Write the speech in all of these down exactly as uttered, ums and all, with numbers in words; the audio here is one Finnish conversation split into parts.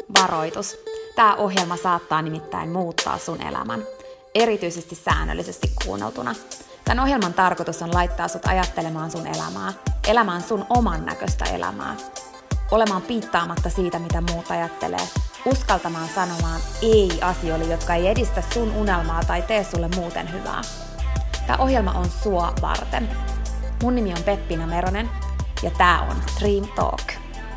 Varoitus. Tämä ohjelma saattaa nimittäin muuttaa sun elämän, erityisesti säännöllisesti kuunneltuna. Tämän ohjelman tarkoitus on laittaa sut ajattelemaan sun elämää, elämään sun oman näköistä elämää, olemaan piittaamatta siitä, mitä muut ajattelee, uskaltamaan sanomaan ei asioille, jotka ei edistä sun unelmaa tai tee sulle muuten hyvää. Tämä ohjelma on sua varten. Mun nimi on Peppina Meronen ja tää on Dream Talk.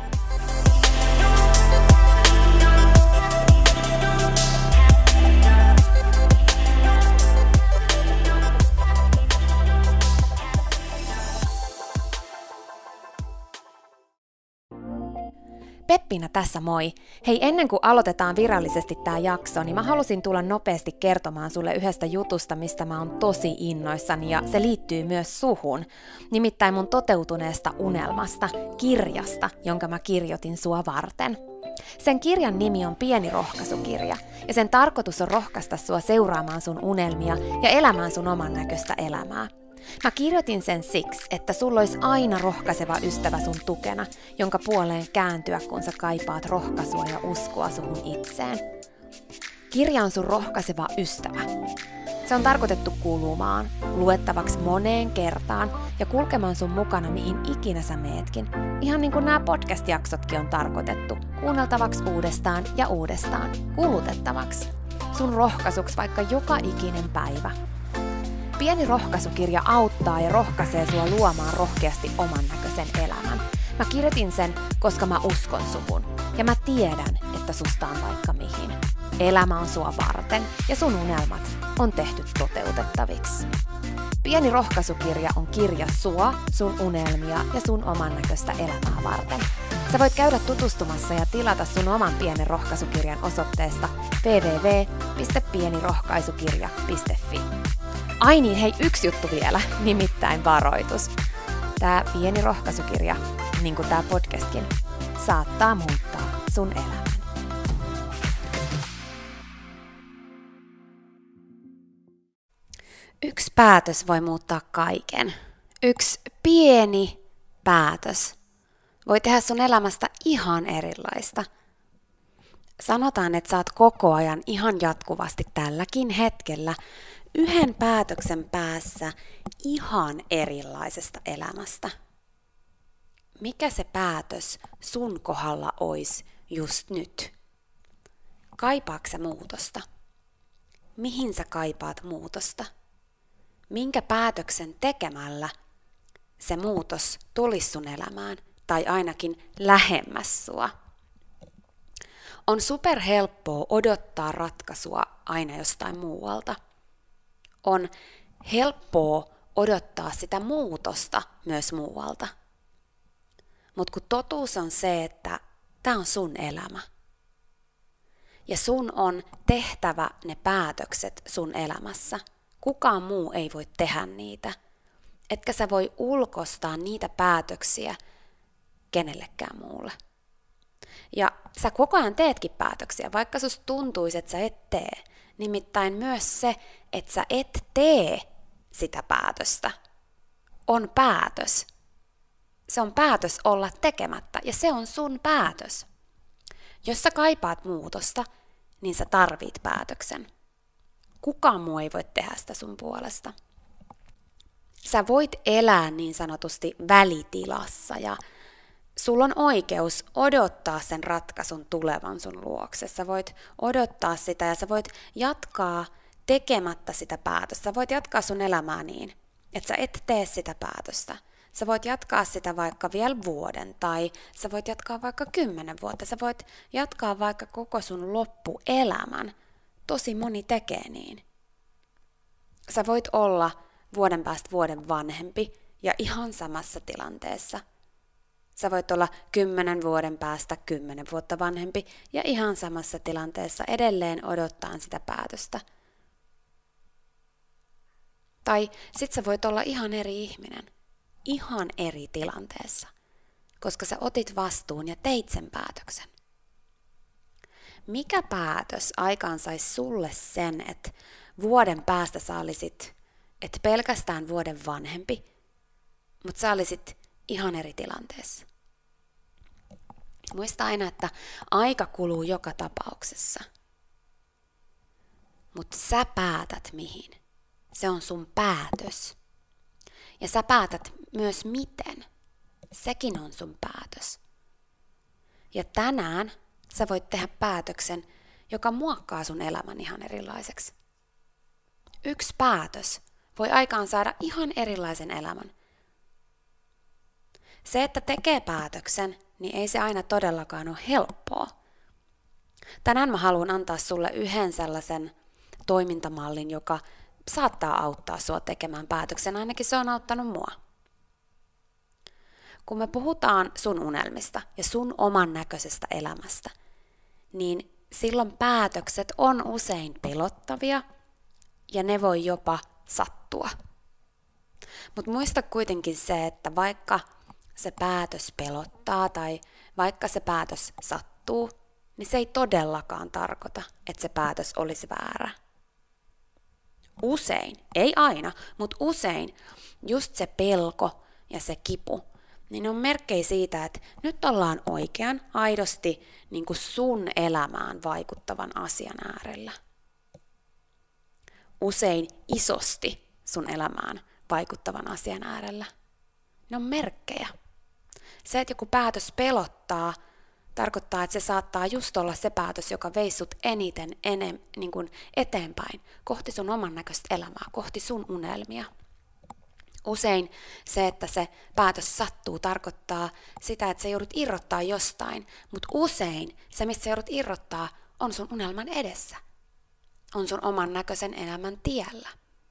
Peppina tässä moi! Hei, ennen kuin aloitetaan virallisesti tää jakso, niin mä halusin tulla nopeasti kertomaan sulle yhdestä jutusta, mistä mä oon tosi innoissani, ja se liittyy myös suhun. Nimittäin mun toteutuneesta unelmasta, kirjasta, jonka mä kirjoitin sua varten. Sen kirjan nimi on Pieni rohkaisukirja, ja sen tarkoitus on rohkaista sua seuraamaan sun unelmia ja elämään sun oman näköistä elämää. Mä kirjoitin sen siksi, että sulla olisi aina rohkaiseva ystävä sun tukena, jonka puoleen kääntyä, kun sä kaipaat rohkaisua ja uskoa suhun itseen. Kirja on sun rohkaiseva ystävä. Se on tarkoitettu kuulumaan, luettavaksi moneen kertaan ja kulkemaan sun mukana mihin ikinä sä meetkin. Ihan niin kuin nämä podcast-jaksotkin on tarkoitettu, kuunneltavaksi uudestaan ja uudestaan, kulutettavaksi. Sun rohkaisuksi vaikka joka ikinen päivä. Pieni rohkaisukirja auttaa ja rohkaisee sua luomaan rohkeasti oman näköisen elämän. Mä kirjoitin sen, koska mä uskon suhun. Ja mä tiedän, että susta on vaikka mihin. Elämä on sua varten ja sun unelmat on tehty toteutettaviksi. Pieni rohkaisukirja on kirja sua, sun unelmia ja sun oman näköistä elämää varten. Sä voit käydä tutustumassa ja tilata sun oman pienen rohkaisukirjan osoitteesta double-u double-u double-u piste pienirohkaisukirja piste fi. Ai niin, hei, yksi juttu vielä, nimittäin varoitus. Tää pieni rohkaisukirja, niin kuin tää podcastkin, saattaa muuttaa sun elämän. Yksi päätös voi muuttaa kaiken. Yksi pieni päätös voi tehdä sun elämästä ihan erilaista. Sanotaan, että sä oot koko ajan ihan jatkuvasti tälläkin hetkellä yhden päätöksen päässä ihan erilaisesta elämästä. Mikä se päätös sun kohdalla ois just nyt? Kaipaatko sä muutosta? Mihin sä kaipaat muutosta? Minkä päätöksen tekemällä se muutos tulisi sun elämään tai ainakin lähemmäs sua? On superhelppoa odottaa ratkaisua aina jostain muualta. On helppoa odottaa sitä muutosta myös muualta. Mutta kun totuus on se, että tämä on sun elämä. Ja sun on tehtävä ne päätökset sun elämässä. Kukaan muu ei voi tehdä niitä. Etkä sä voi ulkoistaa niitä päätöksiä kenellekään muulle. Ja sä koko ajan teetkin päätöksiä, vaikka susta tuntuisi, että sä et tee. Nimittäin myös se, että sä et tee sitä päätöstä, on päätös. Se on päätös olla tekemättä ja se on sun päätös. Jos sä kaipaat muutosta, niin sä tarvit päätöksen. Kukaan muu ei voi tehdä sitä sun puolesta. Sä voit elää niin sanotusti välitilassa ja sulla on oikeus odottaa sen ratkaisun tulevan sun luokse. Sä voit odottaa sitä ja sä voit jatkaa tekemättä sitä päätöstä. Sä voit jatkaa sun elämää niin, että sä et tee sitä päätöstä. Sä voit jatkaa sitä vaikka vielä vuoden tai sä voit jatkaa vaikka kymmenen vuotta. Sä voit jatkaa vaikka koko sun loppuelämän. Tosi moni tekee niin. Sä voit olla vuoden päästä vuoden vanhempi ja ihan samassa tilanteessa. Sä voit olla kymmenen vuoden päästä kymmenen vuotta vanhempi ja ihan samassa tilanteessa edelleen odottaa sitä päätöstä. Tai sit sä voit olla ihan eri ihminen, ihan eri tilanteessa, koska sä otit vastuun ja teit sen päätöksen. Mikä päätös aikaansaisi sulle sen, että vuoden päästä sä olisit, et pelkästään vuoden vanhempi, mutta sä olisit ihan eri tilanteessa? Muista aina, että aika kuluu joka tapauksessa. Mutta sä päätät mihin. Se on sun päätös. Ja sä päätät myös miten. Sekin on sun päätös. Ja tänään sä voit tehdä päätöksen, joka muokkaa sun elämän ihan erilaiseksi. Yksi päätös voi aikaan saada ihan erilaisen elämän. Se, että tekee päätöksen, niin ei se aina todellakaan ole helppoa. Tänään mä haluan antaa sulle yhden sellaisen toimintamallin, joka saattaa auttaa sua tekemään päätöksen, ainakin se on auttanut mua. Kun me puhutaan sun unelmista ja sun oman näköisestä elämästä, niin silloin päätökset on usein pelottavia ja ne voi jopa sattua. Mutta muista kuitenkin se, että vaikka se päätös pelottaa tai vaikka se päätös sattuu, niin se ei todellakaan tarkoita, että se päätös olisi väärä. Usein, ei aina, mutta usein just se pelko ja se kipu, niin ne on merkkejä siitä, että nyt ollaan oikean, aidosti niin kuin sun elämään vaikuttavan asian äärellä. Usein isosti sun elämään vaikuttavan asian äärellä. Ne on merkkejä. Se, että joku päätös pelottaa, tarkoittaa, että se saattaa just olla se päätös, joka veisi sut eniten enem, niin kuin eteenpäin, kohti sun oman näköistä elämää, kohti sun unelmia. Usein se, että se päätös sattuu, tarkoittaa sitä, että sä joudut irrottaa jostain, mutta usein se, mistä sä joudut irrottaa, on sun unelman edessä. On sun oman näköisen elämän tiellä.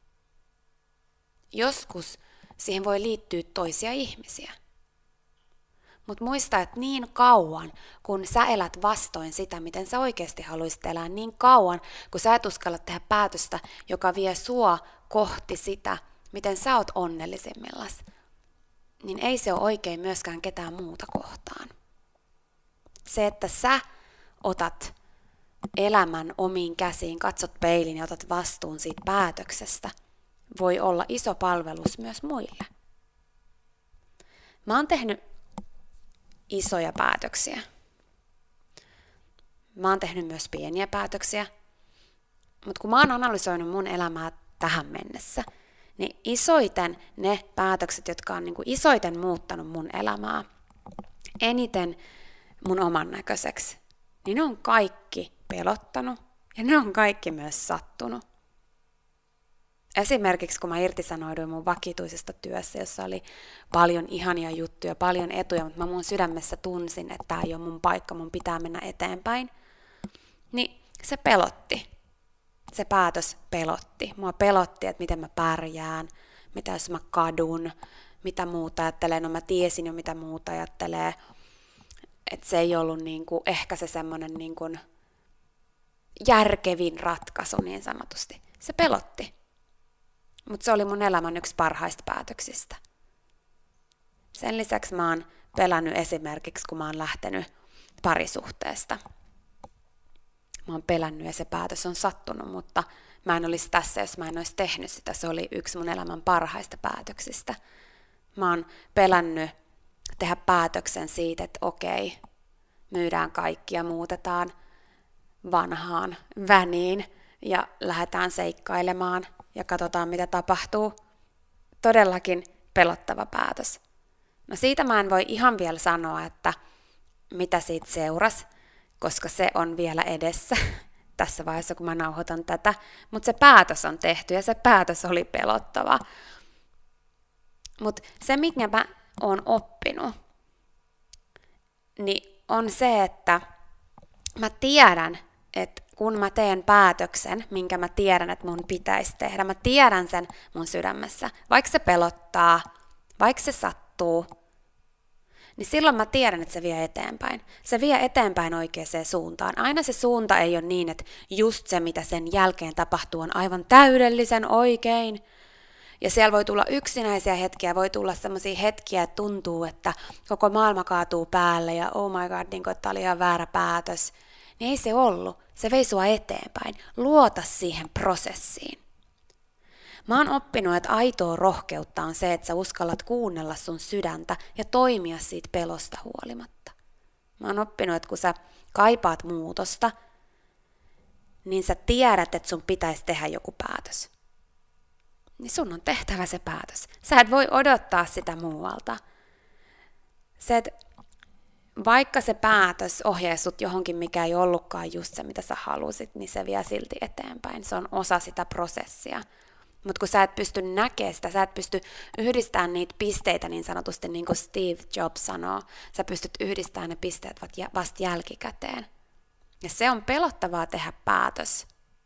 Joskus siihen voi liittyä toisia ihmisiä. Mutta muista, että niin kauan, kun sä elät vastoin sitä, miten sä oikeasti haluaisit elää, niin kauan, kun sä et uskalla tehdä päätöstä, joka vie sua kohti sitä, miten sä oot onnellisimmillas, niin ei se ole oikein myöskään ketään muuta kohtaan. Se, että sä otat elämän omiin käsiin, katsot peiliin ja otat vastuun siitä päätöksestä, voi olla iso palvelus myös muille. Mä oon tehnyt isoja päätöksiä. Mä oon tehnyt myös pieniä päätöksiä, mutta kun mä oon analysoinut mun elämää tähän mennessä, niin isoiten ne päätökset, jotka on niin kuin isoiten muuttanut mun elämää, eniten mun oman näköiseksi, niin ne on kaikki pelottanut ja ne on kaikki myös sattunut. Esimerkiksi kun mä irtisanouduin mun vakituisesta työssä, jossa oli paljon ihania juttuja, paljon etuja, mutta mä mun sydämessä tunsin, että tää ei ole mun paikka, mun pitää mennä eteenpäin, niin se pelotti. Se päätös pelotti. Mua pelotti, että miten mä pärjään, mitä jos mä kadun, mitä muuta ajattelee. No mä tiesin jo, mitä muuta ajattelee. Että se ei ollut niinku, ehkä se semmoinen niinku järkevin ratkaisu niin sanotusti. Se pelotti. Mutta se oli mun elämän yksi parhaista päätöksistä. Sen lisäksi mä oon pelännyt esimerkiksi, kun mä oon lähtenyt parisuhteesta. Mä oon pelännyt ja se päätös on sattunut, mutta mä en olisi tässä, jos mä en olisi tehnyt sitä. Se oli yksi mun elämän parhaista päätöksistä. Mä oon pelännyt tehdä päätöksen siitä, että okei, myydään kaikki ja muutetaan vanhaan väniin ja lähdetään seikkailemaan ja katsotaan, mitä tapahtuu. Todellakin pelottava päätös. No siitä mä en voi ihan vielä sanoa, että mitä siitä seurasi, koska se on vielä edessä tässä vaiheessa, kun mä nauhoitan tätä. Mutta se päätös on tehty ja se päätös oli pelottava. Mutta se, minkä mä oon oppinut, niin on se, että mä tiedän, että kun mä teen päätöksen, minkä mä tiedän, että mun pitäisi tehdä, mä tiedän sen mun sydämessä, vaikka se pelottaa, vaikka se sattuu, niin silloin mä tiedän, että se vie eteenpäin. Se vie eteenpäin oikeaan suuntaan. Aina se suunta ei ole niin, että just se, mitä sen jälkeen tapahtuu, on aivan täydellisen oikein. Ja siellä voi tulla yksinäisiä hetkiä, voi tulla sellaisia hetkiä, että tuntuu, että koko maailma kaatuu päälle ja oh my god, niin kuin, että tämä oli ihan väärä päätös. Niin ei se ollut. Se vei sua eteenpäin. Luota siihen prosessiin. Mä oon oppinut, että aitoa rohkeutta on se, että sä uskallat kuunnella sun sydäntä ja toimia siitä pelosta huolimatta. Mä oon oppinut, että kun sä kaipaat muutosta, niin sä tiedät, että sun pitäisi tehdä joku päätös. Niin sun on tehtävä se päätös. Sä et voi odottaa sitä muualta. Se, että vaikka se päätös ohjaa sut johonkin, mikä ei ollutkaan just se, mitä sä halusit, niin se vie silti eteenpäin. Se on osa sitä prosessia. Mutta kun sä et pysty näkemään sitä, sä et pysty yhdistämään niitä pisteitä niin sanotusti, niin kuin Steve Jobs sanoo, sä pystyt yhdistämään ne pisteet vasta jälkikäteen. Ja se on pelottavaa tehdä päätös.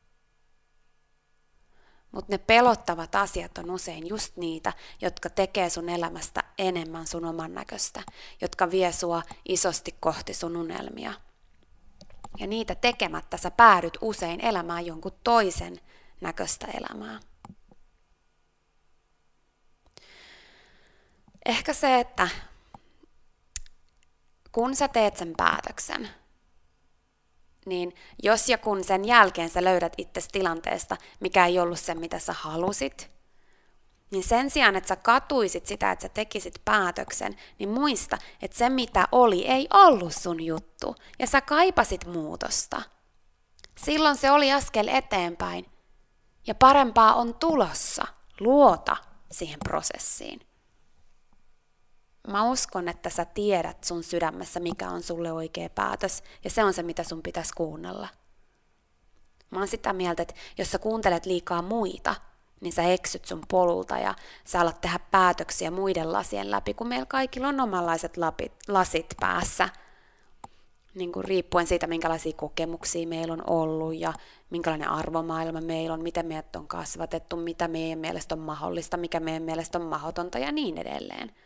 Mutta ne pelottavat asiat on usein just niitä, jotka tekee sun elämästä enemmän sun oman näköistä, jotka vie sua isosti kohti sun unelmia. Ja niitä tekemättä sä päädyt usein elämään jonkun toisen näköistä elämää. Ehkä se, että kun sä teet sen päätöksen, niin jos ja kun sen jälkeen sä löydät itsesi tilanteesta, mikä ei ollut se, mitä sä halusit, niin sen sijaan, että sä katuisit sitä, että sä tekisit päätöksen, niin muista, että se, mitä oli, ei ollut sun juttu, ja sä kaipasit muutosta. Silloin se oli askel eteenpäin, ja parempaa on tulossa. Luota siihen prosessiin. Mä uskon, että sä tiedät sun sydämessä, mikä on sulle oikea päätös, ja se on se, mitä sun pitäisi kuunnella. Mä oon sitä mieltä, että jos sä kuuntelet liikaa muita, niin sä eksyt sun polulta ja sä alat tehdä päätöksiä muiden lasien läpi, kun meillä kaikilla on omanlaiset lapit, lasit päässä, niin kuin riippuen siitä, minkälaisia kokemuksia meillä on ollut ja minkälainen arvomaailma meillä on, miten meidät on kasvatettu, mitä meidän mielestä on mahdollista, mikä meidän mielestä on mahdotonta ja niin edelleen.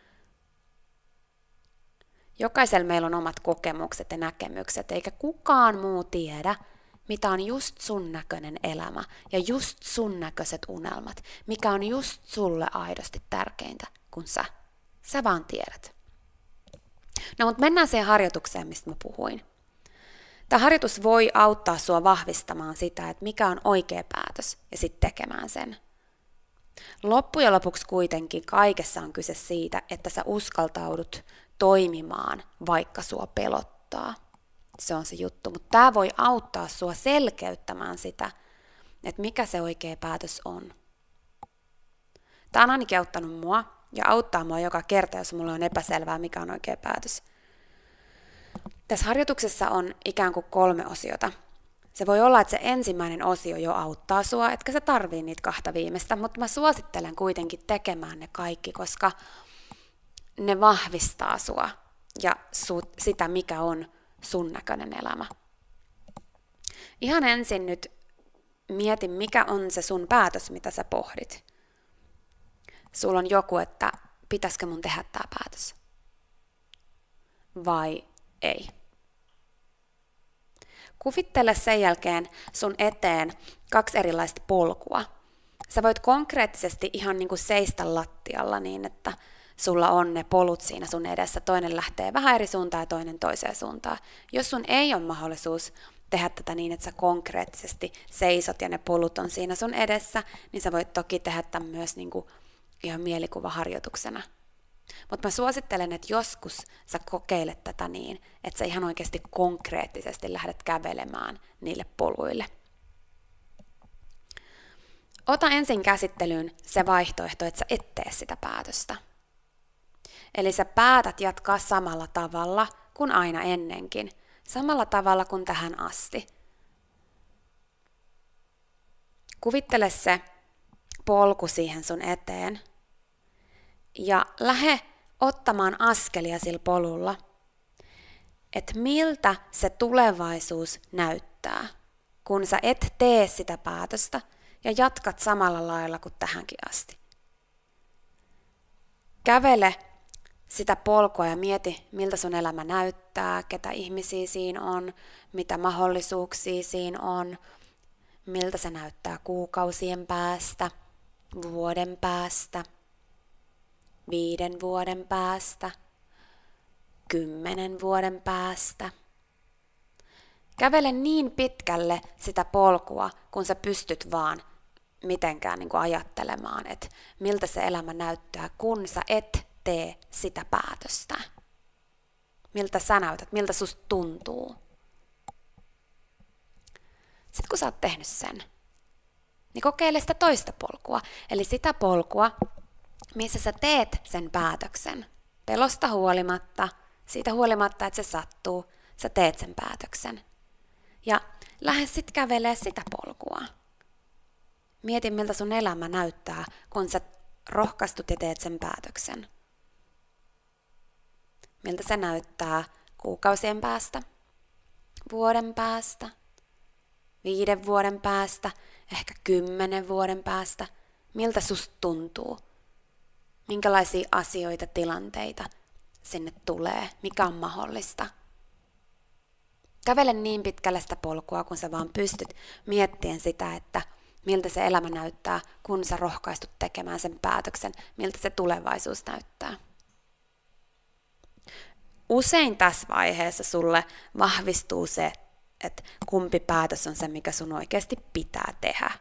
Jokaisella meillä on omat kokemukset ja näkemykset, eikä kukaan muu tiedä, mitä on just sun näköinen elämä ja just sun näköiset unelmat, mikä on just sulle aidosti tärkeintä kuin sä. Sä vaan tiedät. No mutta mennään siihen harjoitukseen, mistä mä puhuin. Tämä harjoitus voi auttaa sua vahvistamaan sitä, että mikä on oikea päätös ja sitten tekemään sen. Loppujen lopuksi kuitenkin kaikessa on kyse siitä, että sä uskaltaudut toimimaan, vaikka sua pelottaa. Se on se juttu, mutta tämä voi auttaa sua selkeyttämään sitä, että mikä se oikea päätös on. Tämä on ainakin auttanut mua ja auttaa mua joka kerta, jos mulle on epäselvää, mikä on oikea päätös. Tässä harjoituksessa on ikään kuin kolme osiota. Se voi olla, että se ensimmäinen osio jo auttaa sua, etkä sä tarvii niitä kahta viimeistä, mutta mä suosittelen kuitenkin tekemään ne kaikki, koska ne vahvistaa sua ja su- sitä, mikä on sun näköinen elämä. Ihan ensin nyt mieti, mikä on se sun päätös, mitä sä pohdit. Sulla on joku, että pitäisikö mun tehdä tää päätös? Vai ei? Kuvittele sen jälkeen sun eteen kaksi erilaista polkua. Sä voit konkreettisesti ihan niin kuin seistä lattialla niin, että sulla on ne polut siinä sun edessä. Toinen lähtee vähän eri suuntaan ja toinen toiseen suuntaan. Jos sun ei ole mahdollisuus tehdä tätä niin, että sä konkreettisesti seisot ja ne polut on siinä sun edessä, niin sä voit toki tehdä tämän myös niin kuin ihan mielikuvaharjoituksena. Mutta mä suosittelen, että joskus sä kokeilet tätä niin, että sä ihan oikeasti konkreettisesti lähdet kävelemään niille poluille. Ota ensin käsittelyyn se vaihtoehto, että sä et tee sitä päätöstä. Eli sä päätät jatkaa samalla tavalla kuin aina ennenkin, samalla tavalla kuin tähän asti. Kuvittele se polku siihen sun eteen ja lähde ottamaan askelia sillä polulla, että miltä se tulevaisuus näyttää, kun sä et tee sitä päätöstä ja jatkat samalla lailla kuin tähänkin asti. Kävele sitä polkua ja mieti, miltä sun elämä näyttää, ketä ihmisiä siinä on, mitä mahdollisuuksia siinä on, miltä se näyttää kuukausien päästä, vuoden päästä, viiden vuoden päästä, kymmenen vuoden päästä. Kävele niin pitkälle sitä polkua, kun sä pystyt vaan mitenkään niin kuin ajattelemaan, että miltä se elämä näyttää, kun sä et tee sitä päätöstä. Miltä sä näytät, miltä susta tuntuu. Sitten kun sä oot tehnyt sen, niin kokeile sitä toista polkua. Eli sitä polkua, missä sä teet sen päätöksen. Pelosta huolimatta, siitä huolimatta, että se sattuu, sä teet sen päätöksen. Ja lähde sit kävelee sitä polkua. Mieti, miltä sun elämä näyttää, kun sä rohkaistut ja teet sen päätöksen. Miltä se näyttää kuukausien päästä, vuoden päästä, viiden vuoden päästä, ehkä kymmenen vuoden päästä. Miltä susta tuntuu? Minkälaisia asioita, tilanteita sinne tulee? Mikä on mahdollista? Kävele niin pitkälle sitä polkua, kun sä vaan pystyt miettien sitä, että miltä se elämä näyttää, kun sä rohkaistut tekemään sen päätöksen, miltä se tulevaisuus näyttää. Usein tässä vaiheessa sulle vahvistuu se, että kumpi päätös on se, mikä sun oikeasti pitää tehdä.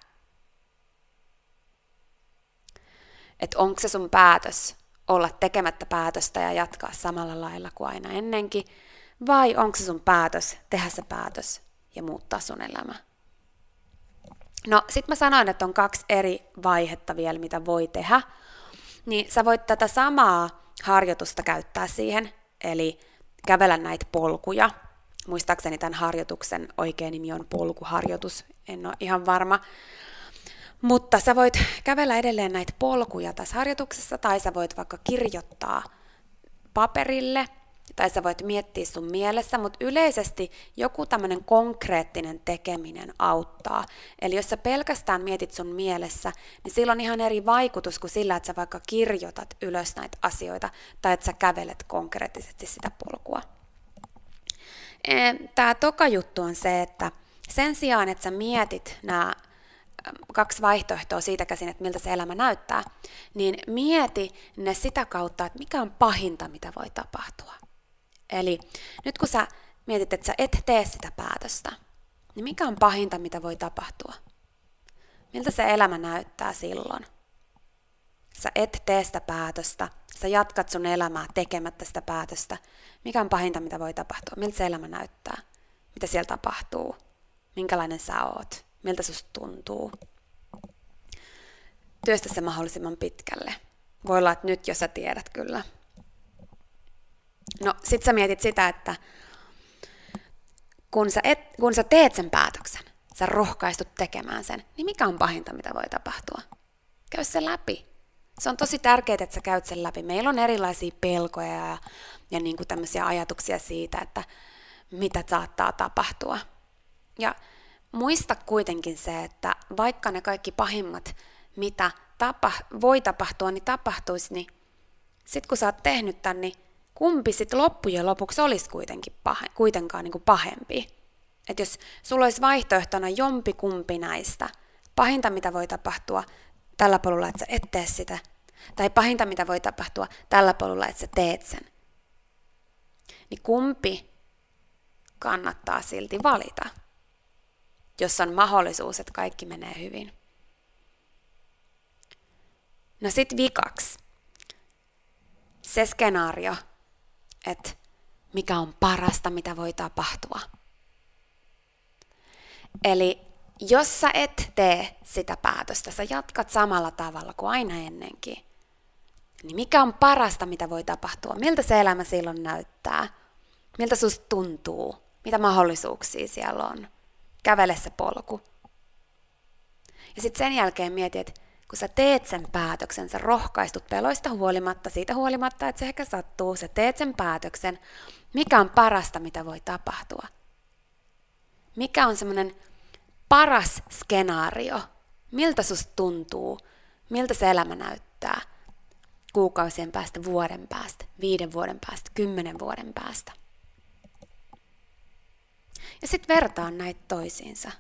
Että onko se sun päätös olla tekemättä päätöstä ja jatkaa samalla lailla kuin aina ennenkin, vai onko se sun päätös tehdä se päätös ja muuttaa sun elämä. No sit mä sanoin, että on kaksi eri vaihetta vielä, mitä voi tehdä. Niin sä voit tätä samaa harjoitusta käyttää siihen, eli kävellä näitä polkuja. Muistaakseni tämän harjoituksen oikea nimi on polkuharjoitus, en ole ihan varma. Mutta sä voit kävellä edelleen näitä polkuja tässä harjoituksessa, tai sä voit vaikka kirjoittaa paperille, tai sä voit miettiä sun mielessä, mutta yleisesti joku tämmöinen konkreettinen tekeminen auttaa. Eli jos sä pelkästään mietit sun mielessä, niin sillä on ihan eri vaikutus kuin sillä, että sä vaikka kirjoitat ylös näitä asioita, tai että sä kävelet konkreettisesti sitä polkua. Tämä toka juttu on se, että sen sijaan, että sä mietit nämä kaksi vaihtoehtoa siitä käsin, että miltä se elämä näyttää, niin mieti ne sitä kautta, että mikä on pahinta, mitä voi tapahtua. Eli nyt kun sä mietit, että sä et tee sitä päätöstä, niin mikä on pahinta, mitä voi tapahtua? Miltä se elämä näyttää silloin? Sä et tee sitä päätöstä, sä jatkat sun elämää tekemättä sitä päätöstä. Mikä on pahinta, mitä voi tapahtua? Miltä se elämä näyttää? Mitä siellä tapahtuu? Minkälainen sä oot? Miltä susta tuntuu? Työstä se mahdollisimman pitkälle. Voi olla, että nyt jo sä tiedät kyllä. No sit sä mietit sitä, että kun sä, et, kun sä teet sen päätöksen, sä rohkaistut tekemään sen, niin mikä on pahinta, mitä voi tapahtua? Käy se läpi. Se on tosi tärkeää, että sä käyt sen läpi. Meillä on erilaisia pelkoja ja, ja niin kuin tämmöisiä ajatuksia siitä, että mitä saattaa tapahtua. Ja muista kuitenkin se, että vaikka ne kaikki pahimmat, mitä tapa, voi tapahtua, niin tapahtuisi, niin sit kun sä oot tehnyt tämän, niin kumpi sit loppujen lopuksi olisi kuitenkin pahe, kuitenkaan niin kuin pahempi. Että jos sulla olisi vaihtoehtona jompi kumpi näistä, pahinta mitä voi tapahtua tällä polulla, että sä et tee sitä, tai pahinta mitä voi tapahtua tällä polulla, että sä teet sen, niin kumpi kannattaa silti valita, jos on mahdollisuus, että kaikki menee hyvin. No sit vikaksi. Se skenaario, että mikä on parasta, mitä voi tapahtua. Eli jos sä et tee sitä päätöstä, sä jatkat samalla tavalla kuin aina ennenkin, niin mikä on parasta, mitä voi tapahtua? Miltä se elämä silloin näyttää? Miltä susta tuntuu? Mitä mahdollisuuksia siellä on? Kävele se polku. Ja sitten sen jälkeen mieti, että kun sä teet sen päätöksen, sä rohkaistut peloista huolimatta, siitä huolimatta, että se ehkä sattuu, sä teet sen päätöksen, mikä on parasta, mitä voi tapahtua? Mikä on semmoinen paras skenaario? Miltä susta tuntuu? Miltä se elämä näyttää? Kuukausien päästä, vuoden päästä, viiden vuoden päästä, kymmenen vuoden päästä. Ja sitten vertaa näitä toisiinsa.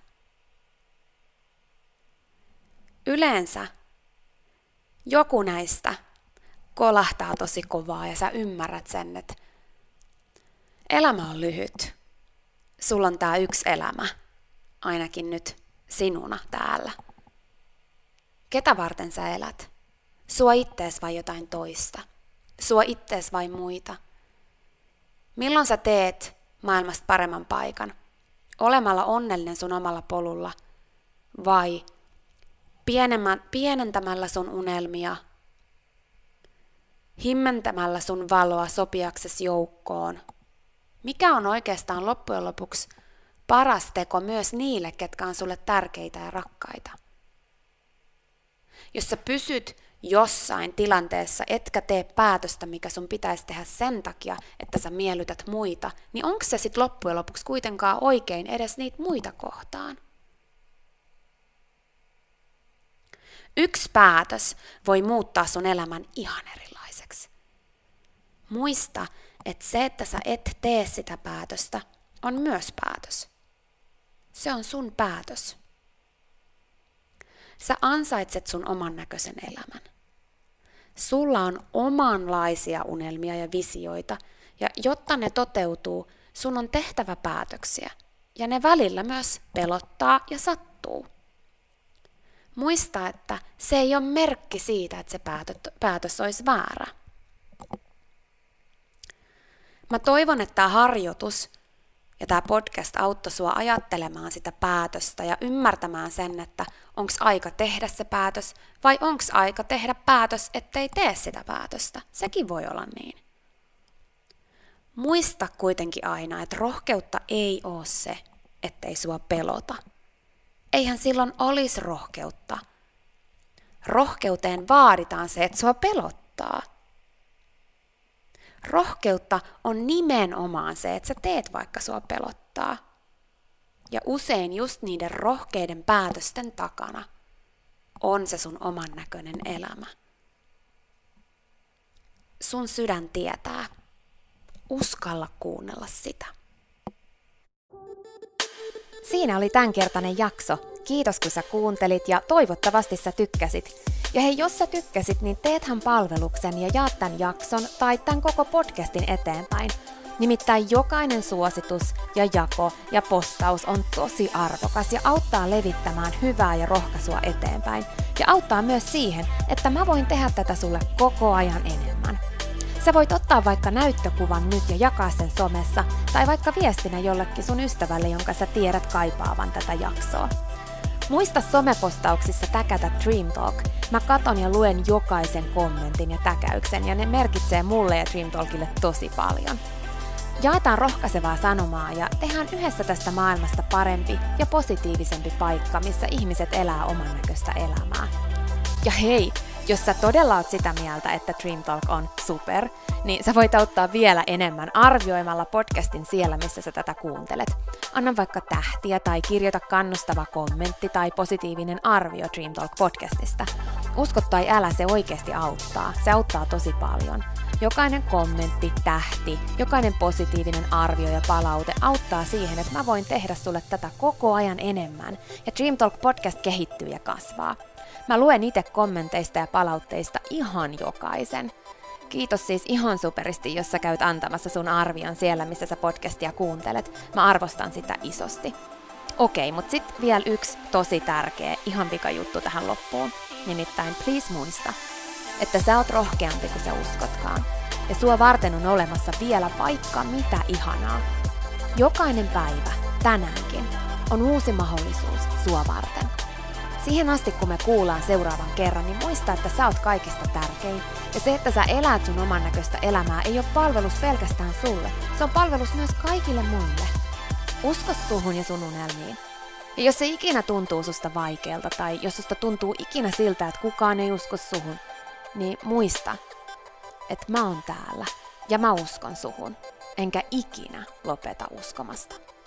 Yleensä joku näistä kolahtaa tosi kovaa ja sä ymmärrät sen, että elämä on lyhyt. Sulla on tää yksi elämä, ainakin nyt sinuna täällä. Ketä varten sä elät? Sua ittees vai jotain toista? Sua ittees vai muita? Milloin sä teet maailmasta paremman paikan? Olemalla onnellinen sun omalla polulla vai pienentämällä sun unelmia, himmentämällä sun valoa sopiaksesi joukkoon? Mikä on oikeastaan loppujen lopuksi paras teko myös niille, ketkä on sulle tärkeitä ja rakkaita? Jos sä pysyt jossain tilanteessa, etkä tee päätöstä, mikä sun pitäisi tehdä sen takia, että sä miellytät muita, niin onko se sitten loppujen lopuksi kuitenkaan oikein edes niitä muita kohtaan? Yksi päätös voi muuttaa sun elämän ihan erilaiseksi. Muista, että se, että sä et tee sitä päätöstä, on myös päätös. Se on sun päätös. Sä ansaitset sun oman näköisen elämän. Sulla on omanlaisia unelmia ja visioita, ja jotta ne toteutuu, sun on tehtävä päätöksiä, ja ne välillä myös pelottaa ja sattuu. Muista, että se ei ole merkki siitä, että se päätös olisi väärä. Mä toivon, että tämä harjoitus ja tämä podcast auttoi sua ajattelemaan sitä päätöstä ja ymmärtämään sen, että onko aika tehdä se päätös vai onko aika tehdä päätös, ettei tee sitä päätöstä. Sekin voi olla niin. Muista kuitenkin aina, että rohkeutta ei ole se, ettei sua pelota. Eihän silloin olisi rohkeutta. Rohkeuteen vaaditaan se, että sua pelottaa. Rohkeutta on nimenomaan se, että sä teet vaikka sua pelottaa. Ja usein just niiden rohkeiden päätösten takana on se sun oman näköinen elämä. Sun sydän tietää. Uskalla kuunnella sitä. Siinä oli tämänkertainen jakso. Kiitos kun sä kuuntelit ja toivottavasti sä tykkäsit. Ja hei, jos sä tykkäsit, niin teethän palveluksen ja jaat tämän jakson tai tämän koko podcastin eteenpäin. Nimittäin jokainen suositus ja jako ja postaus on tosi arvokas ja auttaa levittämään hyvää ja rohkaisua eteenpäin. Ja auttaa myös siihen, että mä voin tehdä tätä sulle koko ajan enemmän. Sä voit ottaa vaikka näyttökuvan nyt ja jakaa sen somessa, tai vaikka viestinä jollekin sun ystävälle, jonka sä tiedät kaipaavan tätä jaksoa. Muista somepostauksissa täkätä Dream Talk. Mä katon ja luen jokaisen kommentin ja täkäyksen, ja ne merkitsee mulle ja Dream Talkille tosi paljon. Jaetaan rohkaisevaa sanomaa ja tehdään yhdessä tästä maailmasta parempi ja positiivisempi paikka, missä ihmiset elää oman näköistä elämää. Ja hei, jos sä todella oot sitä mieltä, että Dream Talk on super, niin sä voit auttaa vielä enemmän arvioimalla podcastin siellä, missä sä tätä kuuntelet. Anna vaikka tähtiä tai kirjoita kannustava kommentti tai positiivinen arvio Dream Talk podcastista. Usko tai älä, se oikeasti auttaa. Se auttaa tosi paljon. Jokainen kommentti, tähti, jokainen positiivinen arvio ja palaute auttaa siihen, että mä voin tehdä sulle tätä koko ajan enemmän. Ja Dream Talk podcast kehittyy ja kasvaa. Mä luen itse kommenteista ja palautteista ihan jokaisen. Kiitos siis ihan superisti, jos sä käyt antamassa sun arvion siellä, missä sä podcastia kuuntelet. Mä arvostan sitä isosti. Okei, mut sit vielä yksi tosi tärkeä, ihan pika juttu tähän loppuun. Nimittäin please muista, että sä oot rohkeampi kuin sä uskotkaan. Ja sua varten on olemassa vielä vaikka mitä ihanaa. Jokainen päivä, tänäänkin, on uusi mahdollisuus sua varten. Siihen asti, kun me kuullaan seuraavan kerran, niin muista, että sä oot kaikista tärkein. Ja se, että sä elät sun oman näköistä elämää, ei ole palvelus pelkästään sulle. Se on palvelus myös kaikille muille. Usko suhun ja sun unelmiin. Ja jos se ikinä tuntuu susta vaikealta, tai jos susta tuntuu ikinä siltä, että kukaan ei usko suhun, niin muista, että mä oon täällä ja mä uskon suhun, enkä ikinä lopeta uskomasta.